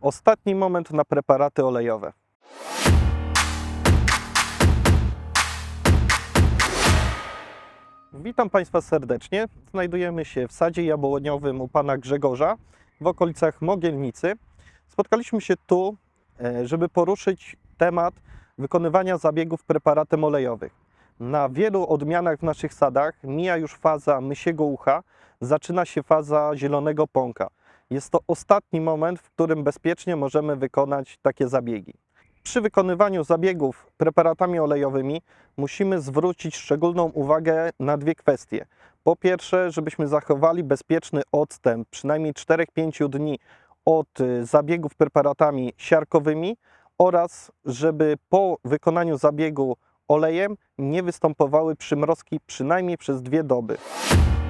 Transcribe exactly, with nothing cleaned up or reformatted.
Ostatni moment na preparaty olejowe. Witam Państwa serdecznie. Znajdujemy się w sadzie jabłoniowym u Pana Grzegorza w okolicach Mogielnicy. Spotkaliśmy się tu, żeby poruszyć temat wykonywania zabiegów preparatem olejowym. Na wielu odmianach w naszych sadach mija już faza mysiego ucha, zaczyna się faza zielonego pąka. Jest to ostatni moment, w którym bezpiecznie możemy wykonać takie zabiegi. Przy wykonywaniu zabiegów preparatami olejowymi musimy zwrócić szczególną uwagę na dwie kwestie. Po pierwsze, żebyśmy zachowali bezpieczny odstęp przynajmniej czterech do pięciu dni od zabiegów preparatami siarkowymi oraz żeby po wykonaniu zabiegu olejem nie występowały przymrozki przynajmniej przez dwie doby.